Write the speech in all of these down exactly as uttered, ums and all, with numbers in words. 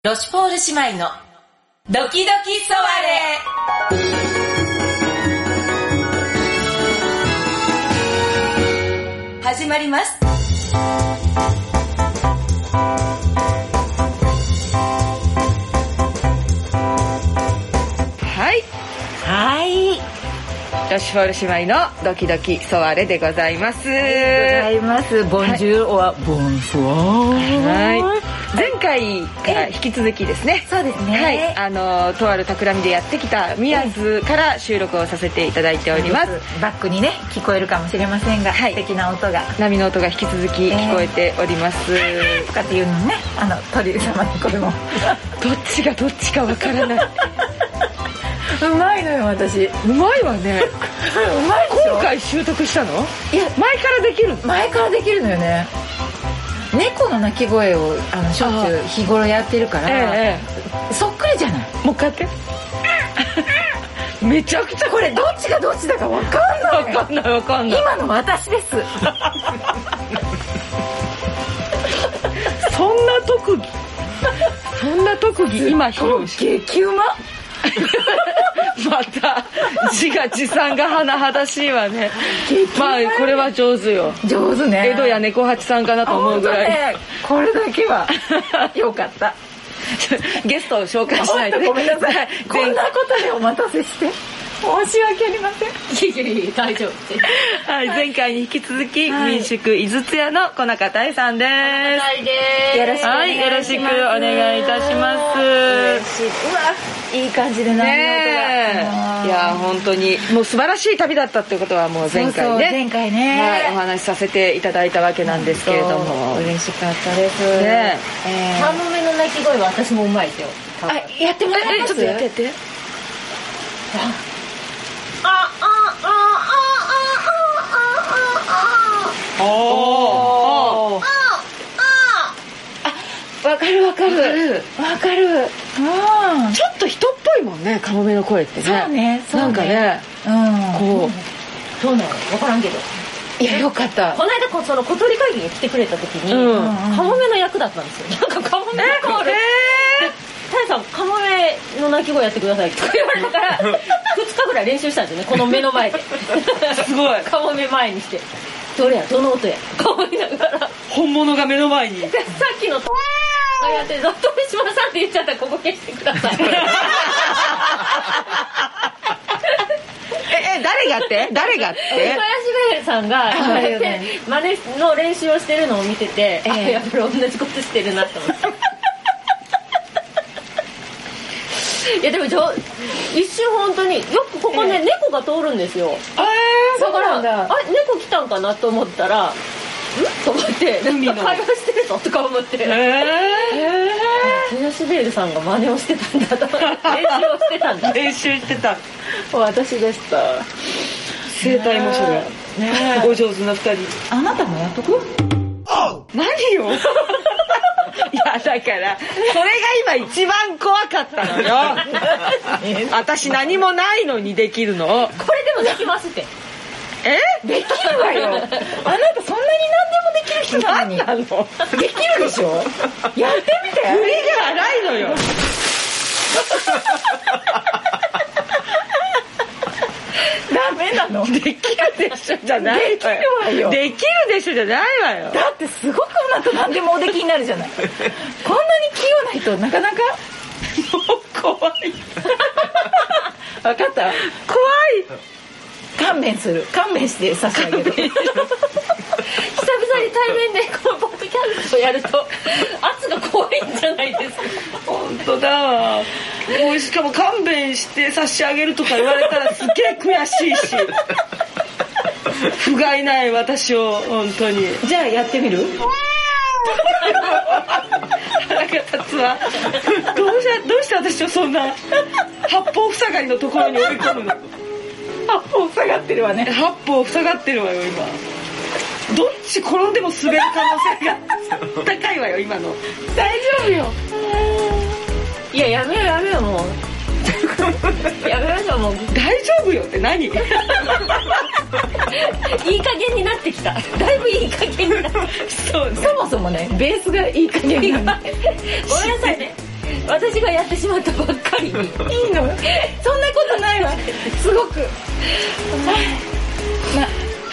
ロシュポール姉妹のドキドキソワレ始まります。 はいはいロシュポール姉妹のドキドキソワレでございます。 ございます。ボンジュールはボンソワはい。前回から引き続きですね。 そうですね。 はい。あのとある企みでやってきた宮津から収録をさせていただいております。 バックにね聞こえるかもしれませんが、はい、素敵な音が波の音が引き続き聞こえております。 えー、とかっていうのね、あの鳥様の声もどっちがどっちかわからない。 うまいのよ私。 うまいわね。 うまいでしょ。 今回習得したの？ いや前からできる。 前からできるのよね。猫の鳴き声をあのしょっちゅう日頃やってるから、ええ、そっくりじゃない。 もう一回やって。めちゃくちゃこれどっちがどっちだか分かんない。 分かんない分かんない。 今の私です。 そんな特技そんな特技今披露し激うま。 また自画自賛が甚だしいわね。まあこれは上手よ。 上手ね。 江戸や猫八さんかなと思うぐらい、 ね、これだけはよかった。 ゲストを紹介しないと、ね、 ごめんなさい。こんなことでお待たせして申し訳ありません。いやいやいや大丈夫。 はい、前回に引き続き、はい、民宿井筒屋の小中太さんです。 よろしくお願いします。 はい、よろしくお願いいたします。 うわ、いい感じで波の音が、 ね、いや本当にもう素晴らしい旅だったっていうことはもう前回ね、 そうそう前回ね、 はい、お話しさせていただいたわけなんですけれども、 嬉しかったです。 ね、 えー、カモメの鳴き声は私もうまいですよ。 あ、やってもらえます？ ちょっとやってやって。 あああああああああおお。 わかるわかるわかる。 うん。ちょっと人っぽいもんね、カモメの声ってね。 そうね。そうね。 なんかね、うん、こう。 そうなの。わからんけど。 いやよかった。 この間こその小鳥会議に来てくれた時に、うん、カモメの役だったんですよ。なんかカモメのコール。タイさんカモメの鳴き声やってくださいって言われたからふつかぐらい練習したんですよね、この目の前で。 すごい。 カモメ前にして。どれやどの音や顔見ながら本物が目の前に。 さっきのとあやって鳥島さんって言っちゃったらここ消してください。 ええ誰がって誰がって林ベルさんが真似の練習をしてるのを見てて、えー、あやっぱり同じことしてるなと思って。いやでもちょ一瞬本当によくここね、えー、猫が通るんですよ。 あだからあ猫来たんかなと思ったらんと思って会話してるのとか思って、えー、東ベールさんが真似をしてたんだと練習をしてたんだ練習してた私でした。 声帯もそれ、ね、ご上手なふたり。 あなたもやっとく？ 何よ。いやだからそれが今一番怖かったのよ。私何もないのにできるの。これでもできますって。 え？ できるわよ。あなたそんなに何でもできる人なのに。 何なの？ できるでしょ。やってみて。 振りが荒いのよ。 ダメなの？ できるでしょじゃないわよ。 できるわよ。 できるでしょじゃないわよ。 だってすごくあなた何でもおできになるじゃない。こんなに器用な人なかなか。 もう怖い。 分かった。 怖い。 勘弁する。勘弁して差し上げる。 久々に対面でこのポッドキャストをやると圧が怖いんじゃないですか。 本当だわ。もうしかも勘弁して差し上げるとか言われたらすげえ悔しいし。不甲斐ない私を本当に。 じゃあやってみる？ 腹が立つわ。どうしてどうして私をそんな八方塞がりのところに追い込むの？ 八方塞がってるわね。 八方塞がってるわよ今。どっち転んでも滑る可能性が高いわよ今の。 大丈夫よ。 いややめようやめようもう。やめましょうもう。 大丈夫よって何？いい加減になってきた。だいぶいい加減になってきた。 そう、ね、そもそもねベースがいい加減になって。 ごめんなさいね。 私がやってしまったばっかりに。いいの？ そんなことないわ。すごく。ま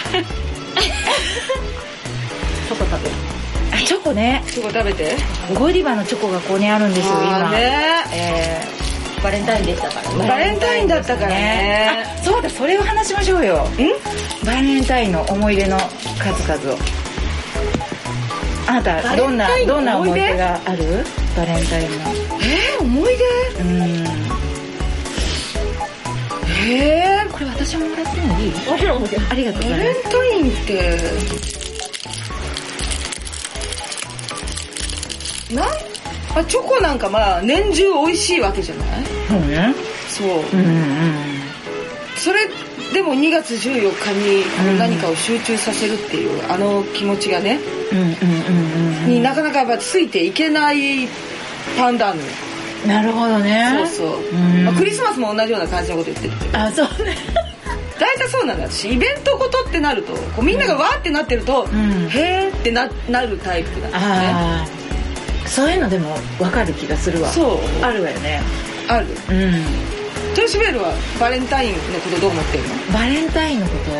チョコ食べる。 チョコね。 チョコ食べて。 ゴディバのチョコがここにあるんですよ今。 ね。 えー、バレンタインでしたからね。 バレンタインだったからね。 あ、そうだ、それを話しましょうよ。ん？バレンタインの思い出の数々を。あなたどんなどんな思い出がある？バレンタインの。 えー、思い出？うん。えー、 これ私ももらってもいい？ もちろんもちろん。 ありがとうございます。 バレンタインってなあ、チョコなんかまあ年中美味しいわけじゃない？ そうね。 そう。 うんうん。 それでもにがつじゅうよっかに何かを集中させるっていう、うん、あの気持ちがね、 うんうんうんうん、 になかなかやっぱついていけないパンダーヌ。 なるほどね。 そうそう。うんまあ、クリスマスも同じような感じのこと言ってるけど。 あ、そうね。 大体そうなんだし、イベントごとってなるとこうみんながわーってなってると、うん、へーって な, なるタイプなんですね。 あそういうのでも分かる気がするわ。 そうあるわよね。 ある。 うん。 トヨシベールはバレンタインのことどう思ってるの？ バレンタインのこと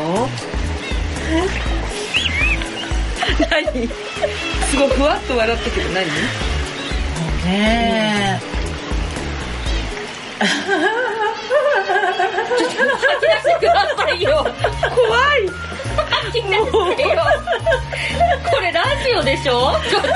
何？すごいふわっと笑ったけど何？ ねえ、 ちょっと吐き出してくださいよ。 怖い。 吐き出してよ。これラジオでしょ？ちょっと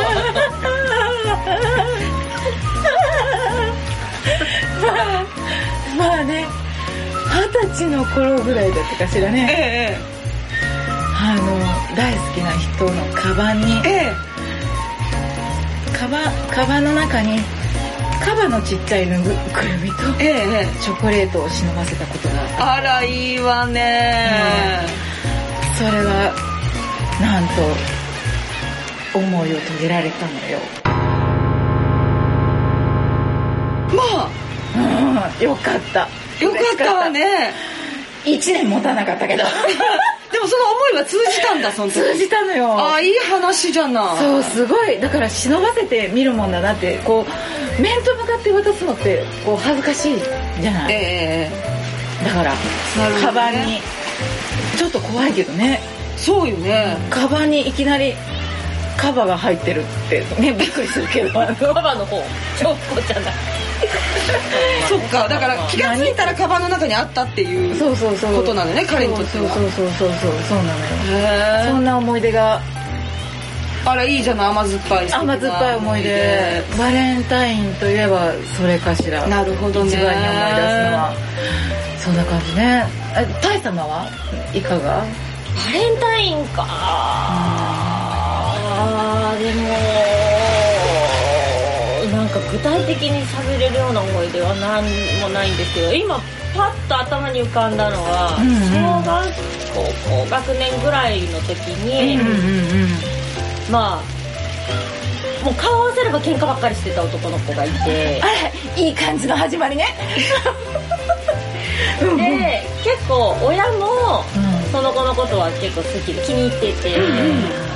まあね、二十歳の頃ぐらいだったかしらね。 ええ、 あの大好きな人のカバンに、 ええ、 カバカバンの中にカバのちっちゃいぬぐくるみと、 ええ、 チョコレートを忍ばせたことがあった。 あらいいわね、 うん、それがなんと思いを遂げられたのよ。 まあ、 うん、よかった。 よかったわね。 一年持たなかったけど。 でもその思いは通じたんだ、その時。 通じたのよ。 ああ、いい話じゃない。 そう、すごい。だから忍ばせて見るもんだなって、こう面と向かって渡すのってこう恥ずかしいじゃない。 ええー、だから、ね、カバンにちょっと怖いけどね。 そうよね。 カバンにいきなりカバが入ってるってね、びっくりするけど。 カバの方、チョコじゃない。 そっか、だから気がついたらカバンの中にあったっていうことなのね、彼にとっては。 そうそうそうそうそう、そうなのよ。そんな思い出が。 あら、いいじゃない、甘酸っぱい。 甘酸っぱい思い出。バレンタインといえばそれかしら。 なるほどね。 一番に思い出すのはそんな感じね。え、タイ様はいかが？ バレンタインか。あー、でもなんか具体的に喋れるような思い出は何もないんですけど、今パッと頭に浮かんだのは、うんうん、小学校高学年ぐらいの時に、うんうんうん、まあもう顔合わせれば喧嘩ばっかりしてた男の子がいて、 あれいい感じの始まりね。 で結構親もその子のことは結構好きで気に入ってて、うん、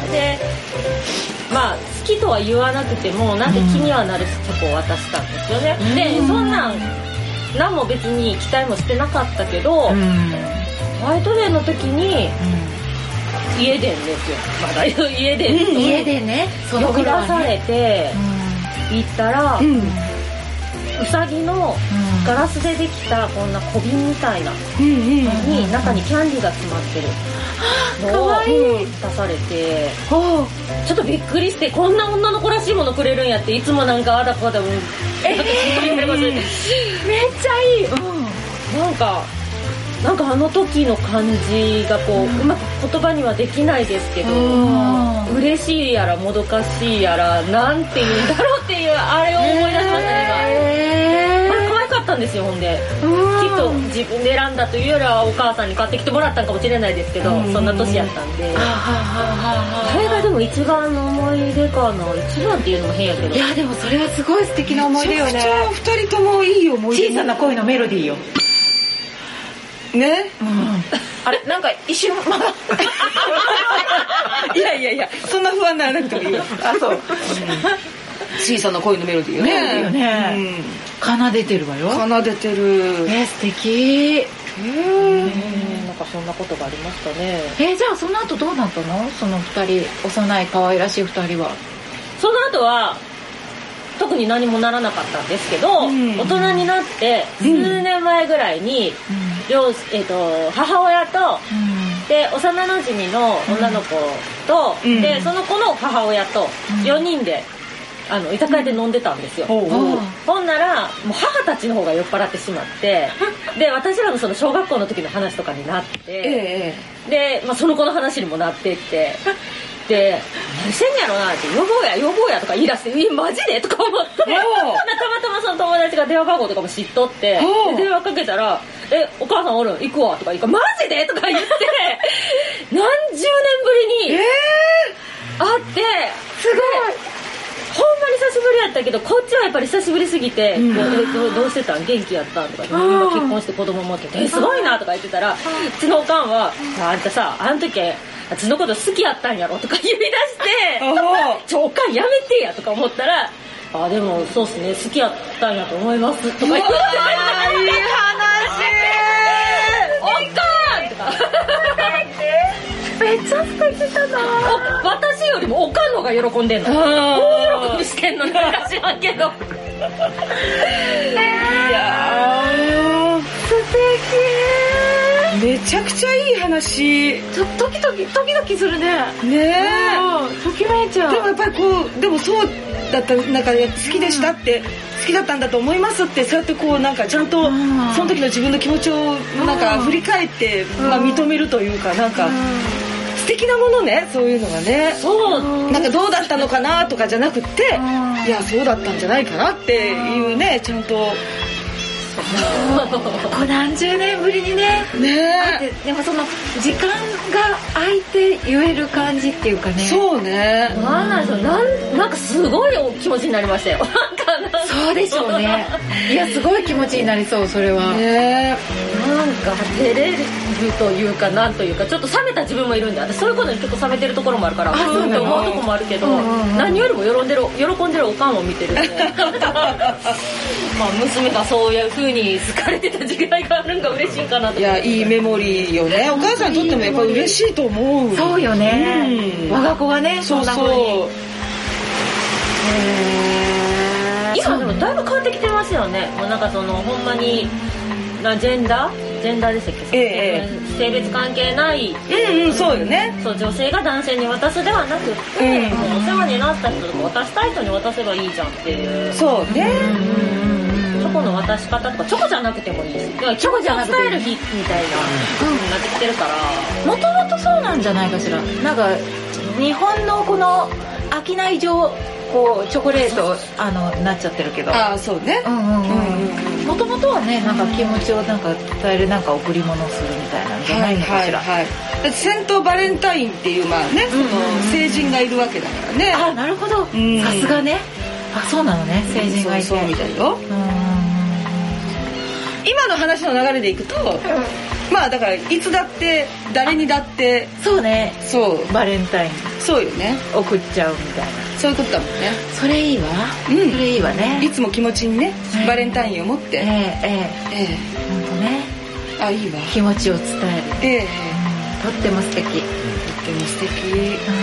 でまあ好きとは言わなくてもなんか気にはなるチョコを渡したんですよね、うん、でそんなん何も別に期待もしてなかったけど、うん、ホワイトデーの時に、うん、家電ですよ、まだ家電、 うん、家電ね、 呼び出されて、うん、行ったら、うん、うさぎのガラスでできたこんな小瓶みたいなのに中にキャンディーが詰まってるのを出されて、ちょっとびっくりして、こんな女の子らしいものくれるんやって、いつもなんかあだこだもん、えー、めっちゃいい、うん、 なんかなんかあの時の感じがこう、うん、うまく言葉にはできないですけど、嬉しいやらもどかしいやらなんていうんだろうっていうあれを思い出しましたね、今。これ可愛かったんですよ。ほんできっと自分で選んだというよりはお母さんに買ってきてもらったんかもしれないですけど、そんな年やったんで、あれがでも一番の思い出かな。一番っていうのも変やけど、 いやでもそれはすごい素敵な思い出よね。 めちゃくちゃ二人ともいい思い出。 小さな恋のメロディーよね、 うん、あれなんか一瞬いやいやいや、そんな不安にならなくてもいいよ。 あ、そう小さな恋のメロディーよね。 メロディーよね、うん、奏でてるわよ。 奏でてる。 えー、素敵。えー、なんかそんなことがありましたね。 えー、じゃあその後どうなったの？その二人、幼い可愛らしい二人は。 その後は特に何もならなかったんですけど、うん、大人になって数年前ぐらいに、うん両えー、と母親と、うん、で幼なじみの女の子と、うん、でその子の母親とよにんで、あの居酒屋で飲んでたんですよ、うん、ほんならもう母たちの方が酔っ払ってしまってで私らのその小学校の時の話とかになって、ええ、で、まあ、その子の話にもなってってで何してんやろなって呼ぼうや呼ぼうやとか言い出してえマジでとか思ってたまたまその友達が電話番号とかも知っとってで電話かけたらえお母さんおるん行くわとか言うからマジでとか言って何十年ぶりに会って、えー、すごいほんまに久しぶりやったけどこっちはやっぱり久しぶりすぎて、うん、ど, どうしてたん元気やったんとか今結婚して子供持っててすごいなとか言ってたらうちのおかんはあんたさあの時あっちのこと好きやったんやろとか言い出してちょおかんやめてやとか思ったらあでもそうっすね好きやったんやと思いますとか言っていい話おかんとかめっちゃ素敵だな。 私よりもおかんのが喜んでんの大喜びしてんのにか知らんけどいや素敵めちゃくちゃいい話。 ちょっとドキドキドキドキするね。 ねえときめいちゃう。 でもやっぱりこうでもそうだったなんか好きでしたって、うん、好きだったんだと思いますってそうやってこうなんかちゃんとその時の自分の気持ちをなんか振り返って、まあ、認めるというかなんか素敵なものねそういうのがね。 そうなんかどうだったのかなとかじゃなくっていやそうだったんじゃないかなっていうねちゃんとこう何十年ぶりにねねえでもその時間が空いて言える感じっていうかね。 そうねなんなんでしょう な, んなんかすごい気持ちになりましたよそうでしょうねいやすごい気持ちになりそうそれはねなんか照れるというかなんというかちょっと冷めた自分もいるんで私そういうことに結構冷めてるところもあるからうんって思うとこもあるけど、うんうんうん、何よりも喜んでる喜んでるおかんを見てるんでまあ娘がそういう風に好かれてた時代があるんが嬉しいかなと。 いやいいメモリーよね。お母さんにとってもやっぱ嬉しいと思う。 そうよね、うん、我が子がねそうそうへ今でもだいぶ変わってきてますよね。もうなんかそのほんまになジェンダージェンダーでしたっけ、ええ、性別関係ないうんうんそうよね。 そう女性が男性に渡すではなくって、うん、もうお世話になった人とか渡したい人に渡せばいいじゃんっていうそうね、 うんチョコの渡し方とかチョコじゃなくてもいいです。チョコじゃなくて伝える日みたいな風になってきてるからもともとそうなんじゃないかしら。なんか日本のこの商い上こうチョコレートあのなっちゃってるけどああそうねもともとはねなんか気持ちをなんか伝えるなんか贈り物をするみたいなんじゃないのかしら、はいはいはい、 セントバレンタインっていうまあね、その成人がいるわけだからね。 あなるほどさすがねあそうなのね成人がいてそうそうみたいよ。今の話の流れでいくと、うん、まあだからいつだって誰にだってそうねそうバレンタインそうよね送っちゃうみたいなそういうことだもんね。 それいいわ、うん、それいいわね。 いつも気持ちにね、えー、バレンタインを持ってええええええ本当ねあいいわ気持ちを伝えるええ、 うん、とっても素敵とっても素敵、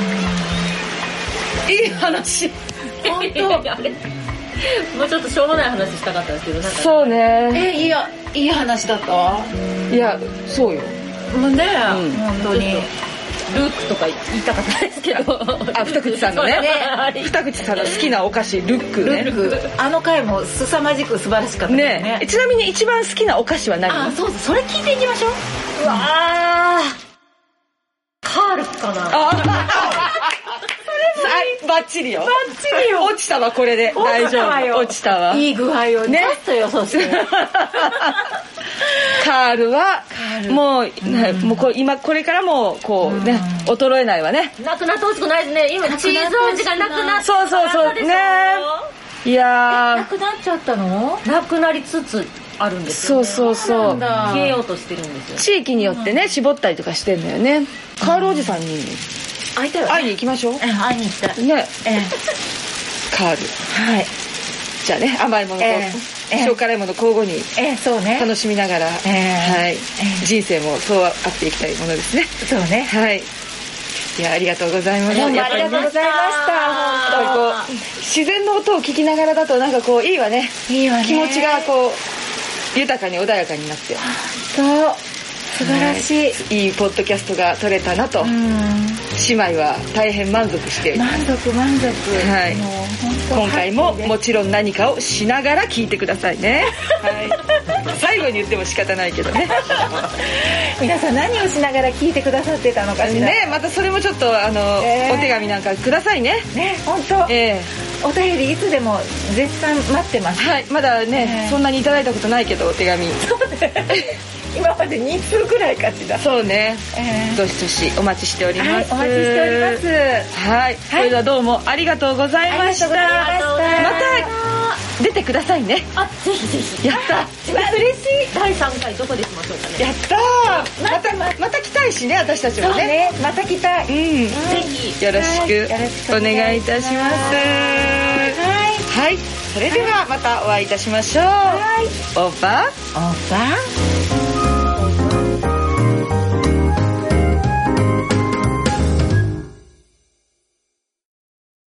うん、いい話本当あれもうちょっとしょうもない話したかったですけどなんかそうねえいやいい話だったいやそうよもうね、うん、本当にルークとか言いたかったですけどあ二口さんのね二口さんの好きなお菓子ルックねルックあの回も凄まじく素晴らしかったです ね, ねちなみに一番好きなお菓子は何？ あそうそれ聞いていきましょう。 うわカールかなあバッチリよ。 バッチリよ。 落ちたわこれで大丈夫。落ちたわ。 いい具合をね。 ちょっとよそして。 カールはもう、うん、もうこ今これからもこうね、うん、衰えないわね。 なくなってほしくないですね。今チーズ味がなくなってそうそうそうね。いやなくなっちゃったの？ なくなりつつあるんですよ、ね。 そうそうそう。 消えようとしてるんですよ。 地域によってね絞ったりとかしてんだよね。カールおじさんに。 会いたいわね、 会いに行きましょう。 会いに行きたいね、 ええ、 変わる。 はい。 じゃあね、甘いものと、 えーえー塩辛いもの交互にえー、そうね。 楽しみながら、 えーはい、 えー人生もそうあっていきたいものですね。 そうね。 はい。いや、ありがとうございます。 どうもありがとうございました。 やっぱりこう自然の音を聞きながらだとなんかこういいわね。 いいわね。 気持ちがこう豊かに穏やかになって。 そう。素晴らしい。 はい、いいポッドキャストが撮れたなと。姉妹は大変満足して満足満足。 はい。もう今回ももちろん何かをしながら聞いてくださいね。はい。最後に言っても仕方ないけどね。 皆さん何をしながら聞いてくださってたのかしら。 ね、またそれもちょっとあの、えー、お手紙なんかくださいね。 ね、本当。えー、お便りいつでも絶賛待ってます。 はい。まだね、えー、そんなにいただいたことないけどお手紙。そうね。 今までに通くらいかしら。 そうね、えー、どしどしお待ちしております、はい、 お待ちしております。 はい、はい、それではどうもありがとうございました。また出てくださいね。 あ、ぜひぜひ。 やった。 一番嬉しい。 だいさんかいどこでしましょうかね。 やったー。またまた来たいしね、私たちもね。 そうね、また来たい。 うん。ぜひよろしくお願いいたします。はい。はい。それではまたお会いいたしましょう。はい。オーバー。 オーバー。